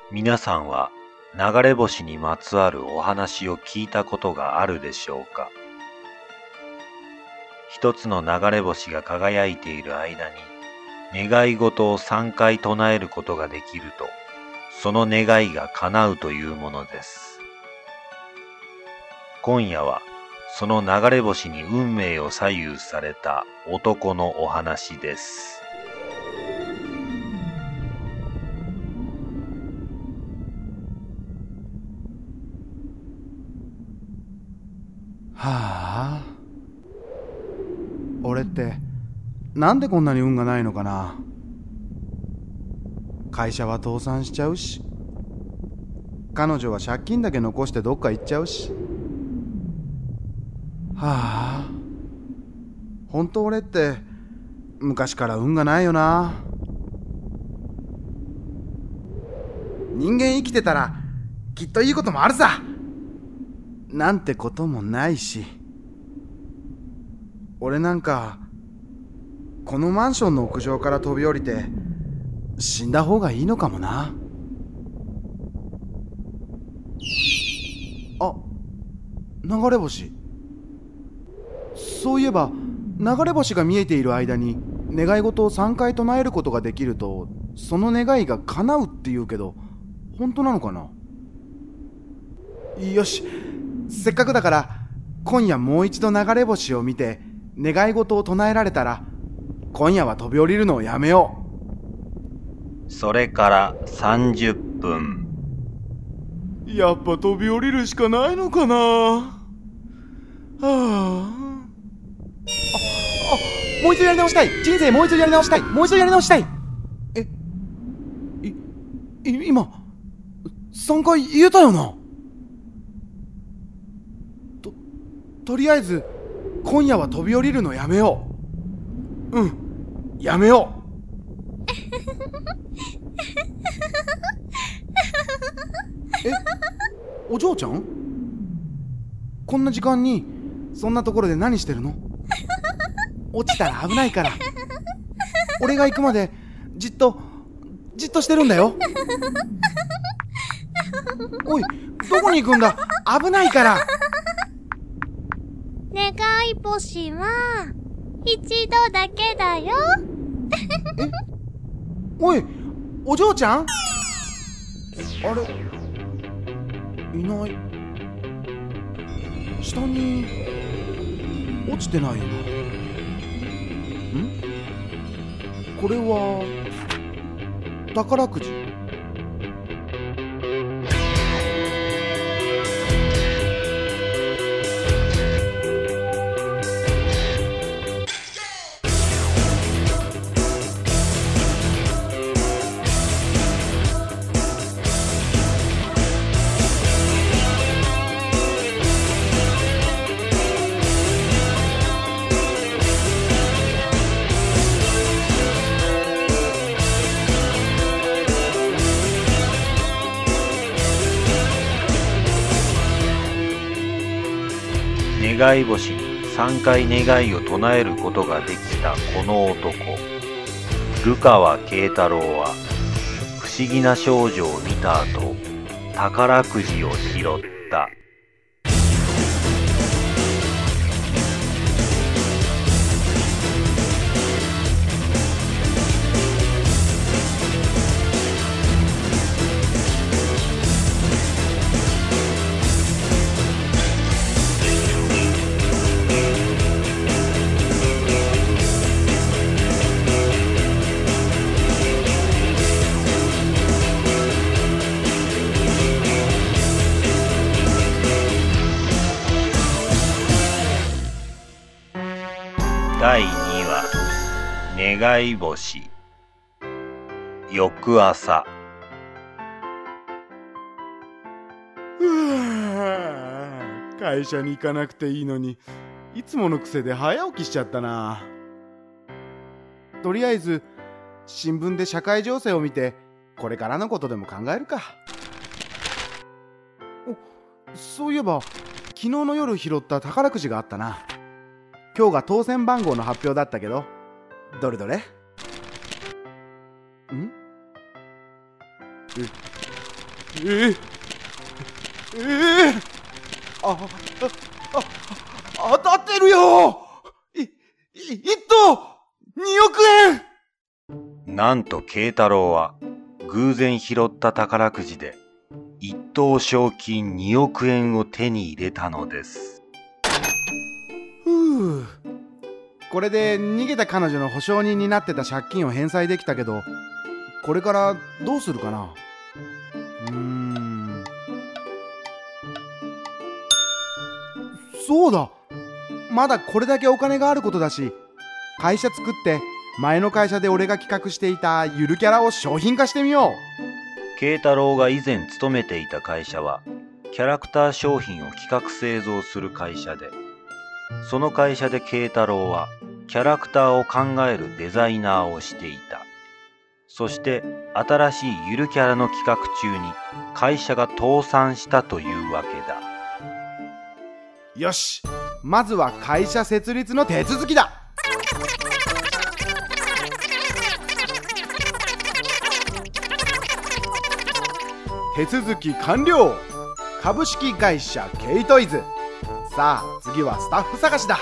皆さんは流れ星にまつわるお話を聞いたことがあるでしょうか。一つの流れ星が輝いている間に願い事を3回唱えることができると、その願いが叶うというものです。今夜はその流れ星に運命を左右された男のお話です。 はあ、俺ってなんでこんなに運がないのかな。会社は倒産しちゃうし、彼女は借金だけ残してどっか行っちゃうし。はあ、本当俺って昔から運がないよな。人間生きてたらきっといいこともあるさなんてこともないし、俺なんかこのマンションの屋上から飛び降りて死んだ方がいいのかもな。あ、流れ星。そういえば流れ星が見えている間に願い事を3回唱えることができると、その願いが叶うって言うけど、本当なのかな。よし、せっかくだから今夜もう一度流れ星を見て願い事を唱えられたら、今夜は飛び降りるのをやめよう。それから30分。 やっぱ飛び降りるしかないのかな。はあ、もう一度やり直したい。人生もう一度やり直したい。もう一度やり直したい。今3回言えたよな。とりあえず今夜は飛び降りるのやめよう。やめよう。お嬢ちゃん、こんな時間にそんなところで何してるの。落ちたら危ないから俺が行くまでじっとしてるんだよ。おい、どこに行くんだ。危ないから。 願い星は一度だけだよ。 おい、お嬢ちゃん。あれ、いない。下に落ちてないよな。これは宝くじ。 願い星に3回願いを唱えることができたこの男、流川慶太郎は不思議な少女を見た後、宝くじを拾った。第2話、願い星。翌朝。 会社に行かなくていいのに、いつもの癖で早起きしちゃったな。とりあえず新聞で社会情勢を見て、これからのことでも考えるか。そういえば昨日の夜拾った宝くじがあったな。今日が当選番号の発表だったけど、どれどれ。 ええ当たってるよ。1等2億円。 なんと慶太郎は偶然拾った宝くじで一等賞金2億円を手に入れたのです。 ふう、これで逃げた彼女の保証人になってた借金を返済できたけど、これからどうするかな。そうだ、まだこれだけお金があることだし、会社作って前の会社で俺が企画していたゆるキャラを商品化してみよう。 慶太郎が以前勤めていた会社はキャラクター商品を企画製造する会社で、その会社で慶太郎はキャラクターを考えるデザイナーをしていた。そして新しいゆるキャラの企画中に会社が倒産したというわけだ。 よし、まずは会社設立の手続きだ。手続き完了。株式会社ケイトイズ。さあ次はスタッフ探しだ。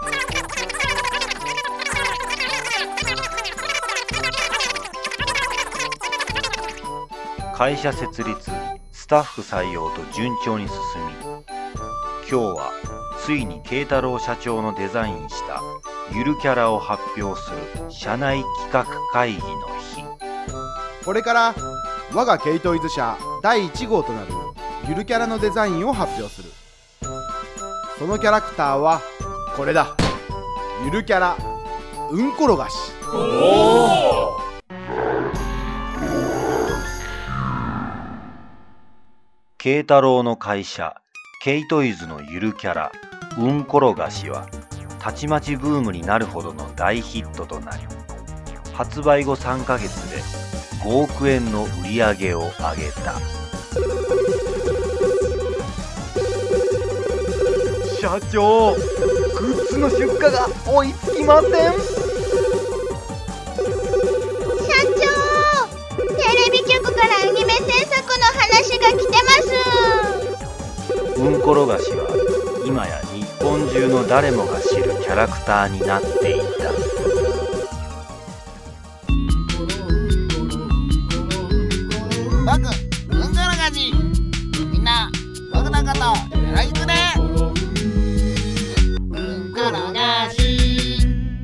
会社設立、スタッフ採用と順調に進み、今日はついに慶太郎社長のデザインしたゆるキャラを発表する社内企画会議の日。 これから我がケイトイズ社第1号となるゆるキャラのデザインを発表する。そのキャラクターはこれだ。ゆるキャラうんころがし。 慶太郎の会社ケイトイズのゆるキャラうんころがしはたちまちブームになるほどの大ヒットとなり、発売後3ヶ月で5億円の売り上げを上げた。社長、グッズの出荷が追いつきません。 社長、テレビ局からアニメ制作の話が来てます。 うんころがしは今や日本中の誰もが知るキャラクターになっていた。 僕、うんころがし。みんな、僕のことよろしくね。うんころがし。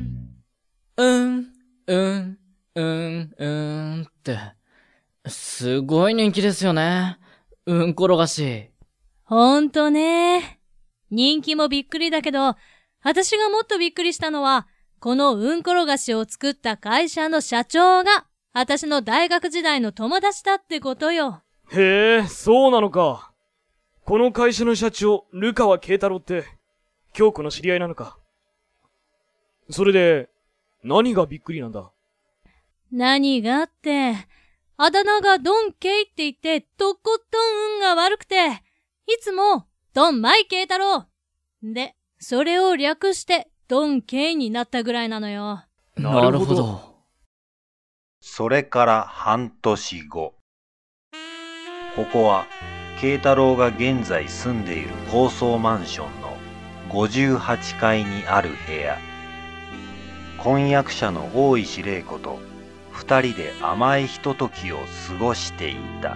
ってすごい人気ですよね。うんころがし。 ほんとね。人気もびっくりだけど、私がもっとびっくりしたのは、このうんころがしを作った会社の社長が、私の大学時代の友達だってことよ。 へえ、そうなのか。この会社の社長、流川慶太郎って、京子の知り合いなのか。それで、何がびっくりなんだ。 何がって、あだ名がドンケイって言って、とことん運が悪くて、いつも、ドンマイ慶太郎。で、それを略して、ドンケイになったぐらいなのよ。 なるほど。 それから半年後。ここは、慶太郎が現在住んでいる高層マンションの58階にある部屋。婚約者の大石玲子と二人で甘いひとときを過ごしていた。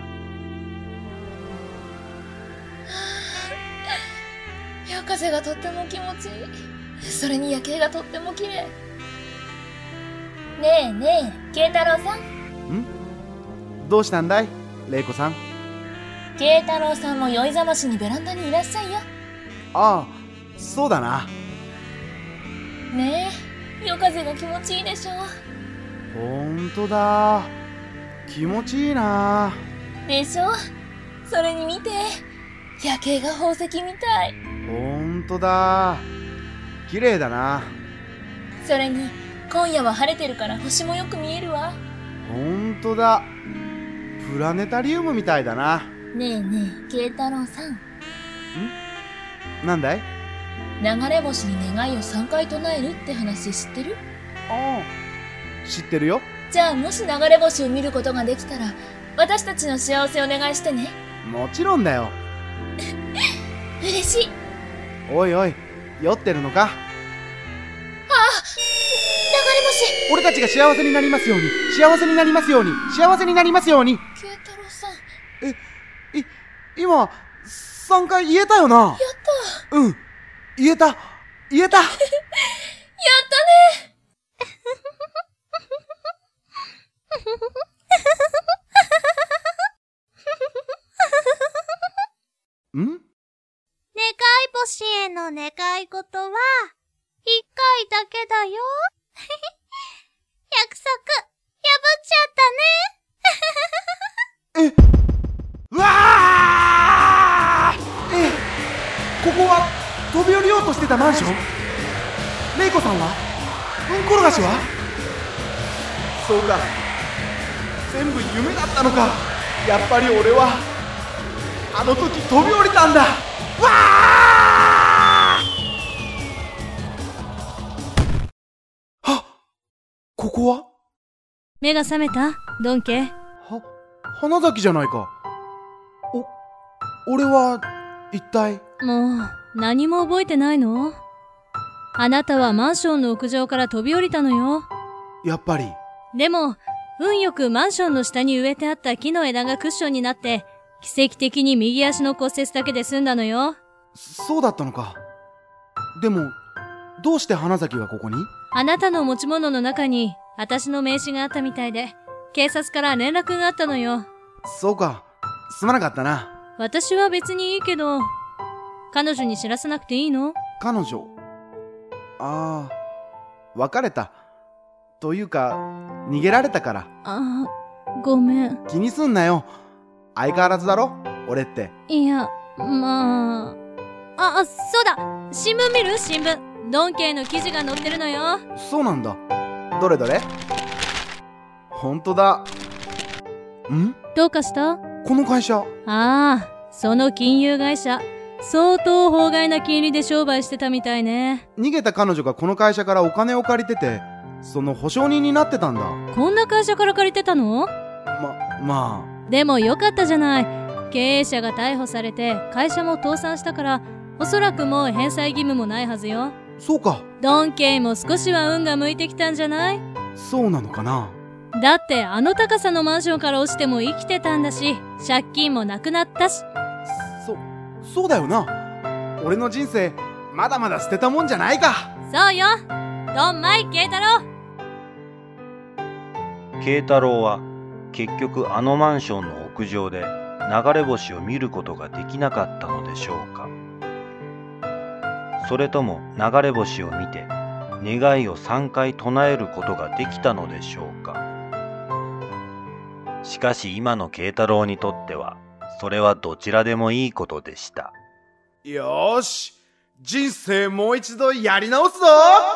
夜風がとっても気持ちいい。それに夜景がとっても綺麗。ねえねえ、慶太郎さん。 どうしたんだい、玲子さん。 慶太郎さんも酔いざましにベランダにいらっしゃいよ。 ああ、そうだな。 ねえ、夜風が気持ちいいでしょ。 ほんとだ、気持ちいいな。 でしょ。それに見て、夜景が宝石みたい。 ほんとだ、綺麗だな。 それに今夜は晴れてるから星もよく見えるわ。 ほんとだ、プラネタリウムみたいだな。 ねえねえ、慶太郎さん。 なんだい。 流れ星に願いを3回唱えるって話知ってる？ ああ、知ってるよ。 じゃあもし流れ星を見ることができたら私たちの幸せお願いしてね。 もちろんだよ。 嬉しい。 おいおい、酔ってるのか？俺たちが幸せになりますように、幸せになりますように、幸せになりますように。 慶太郎さん。 今、3回言えたよな。 やった。 うん、言えた。 やったね。 ん？ 願い星への願い事は、一回だけだよ。約束、破っちゃったね。 うわー！ここは飛び降りようとしてたマンション？レイコさんは？うんころがしは？そうか、全部夢だったのか。やっぱり俺はあの時飛び降りたんだ。わー！ここは？ 目が覚めた？ドンケイ。 花崎じゃないか。俺は一体。 もう何も覚えてないの？あなたはマンションの屋上から飛び降りたのよ。 やっぱり。 でも運よくマンションの下に植えてあった木の枝がクッションになって奇跡的に右足の骨折だけで済んだのよ。 そうだったのか。でもどうして花崎がここに？ あなたの持ち物の中に私の名刺があったみたいで、警察から連絡があったのよ。 そうか、すまなかったな。 私は別にいいけど、彼女に知らせなくていいの？ 彼女？別れた。というか、逃げられたから。 ごめん。 気にすんなよ。相変わらずだろ、俺って。 いや、まあ。そうだ！新聞見る？新聞。ドンケイの記事が載ってるのよ。 そうなんだ。どれどれ？ほんとだ。 どうかした？ この会社。 その金融会社。相当法外な金利で商売してたみたいね。 逃げた彼女がこの会社からお金を借りてて、その保証人になってたんだ。 こんな会社から借りてたの？ まあ。 でもよかったじゃない。経営者が逮捕されて会社も倒産したから、おそらくもう返済義務もないはずよ。 そうか。 ドンケイも少しは運が向いてきたんじゃない？ そうなのかな。 だってあの高さのマンションから落ちても生きてたんだし、借金もなくなったし。 そうだよな。俺の人生まだまだ捨てたもんじゃないか。 そうよ、ドンマイ慶太郎。 慶太郎は結局あのマンションの屋上で流れ星を見ることができなかったのでしょうか。それとも流れ星を見て願いを3回唱えることができたのでしょうか。しかし今の慶太郎にとってはそれはどちらでもいいことでした。 よーし、人生もう一度やり直すぞ。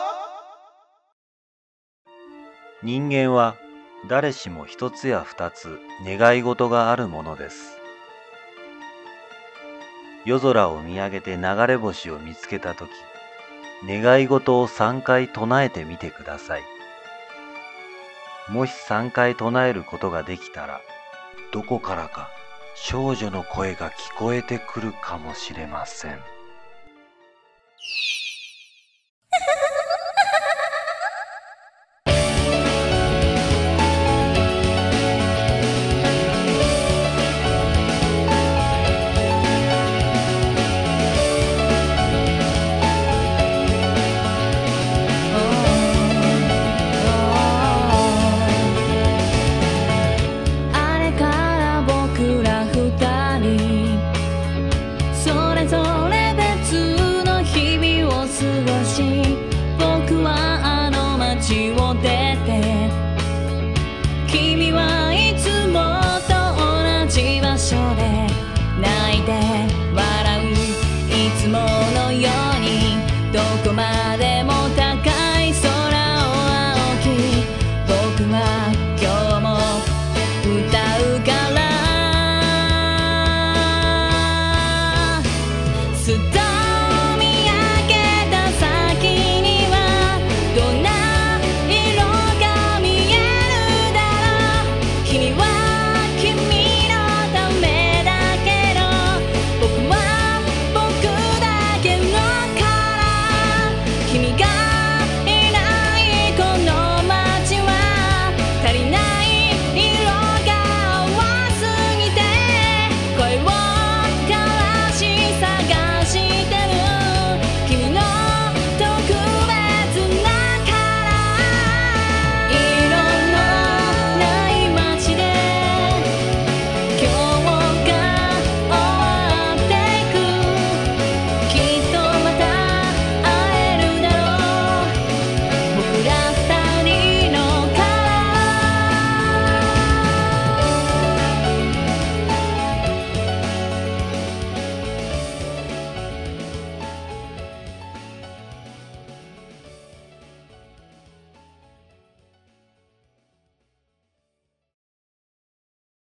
人間は誰しも一つや二つ願い事があるものです。夜空を見上げて流れ星を見つけたとき、願い事を3回唱えてみてください。もし3回唱えることができたら、どこからか少女の声が聞こえてくるかもしれません。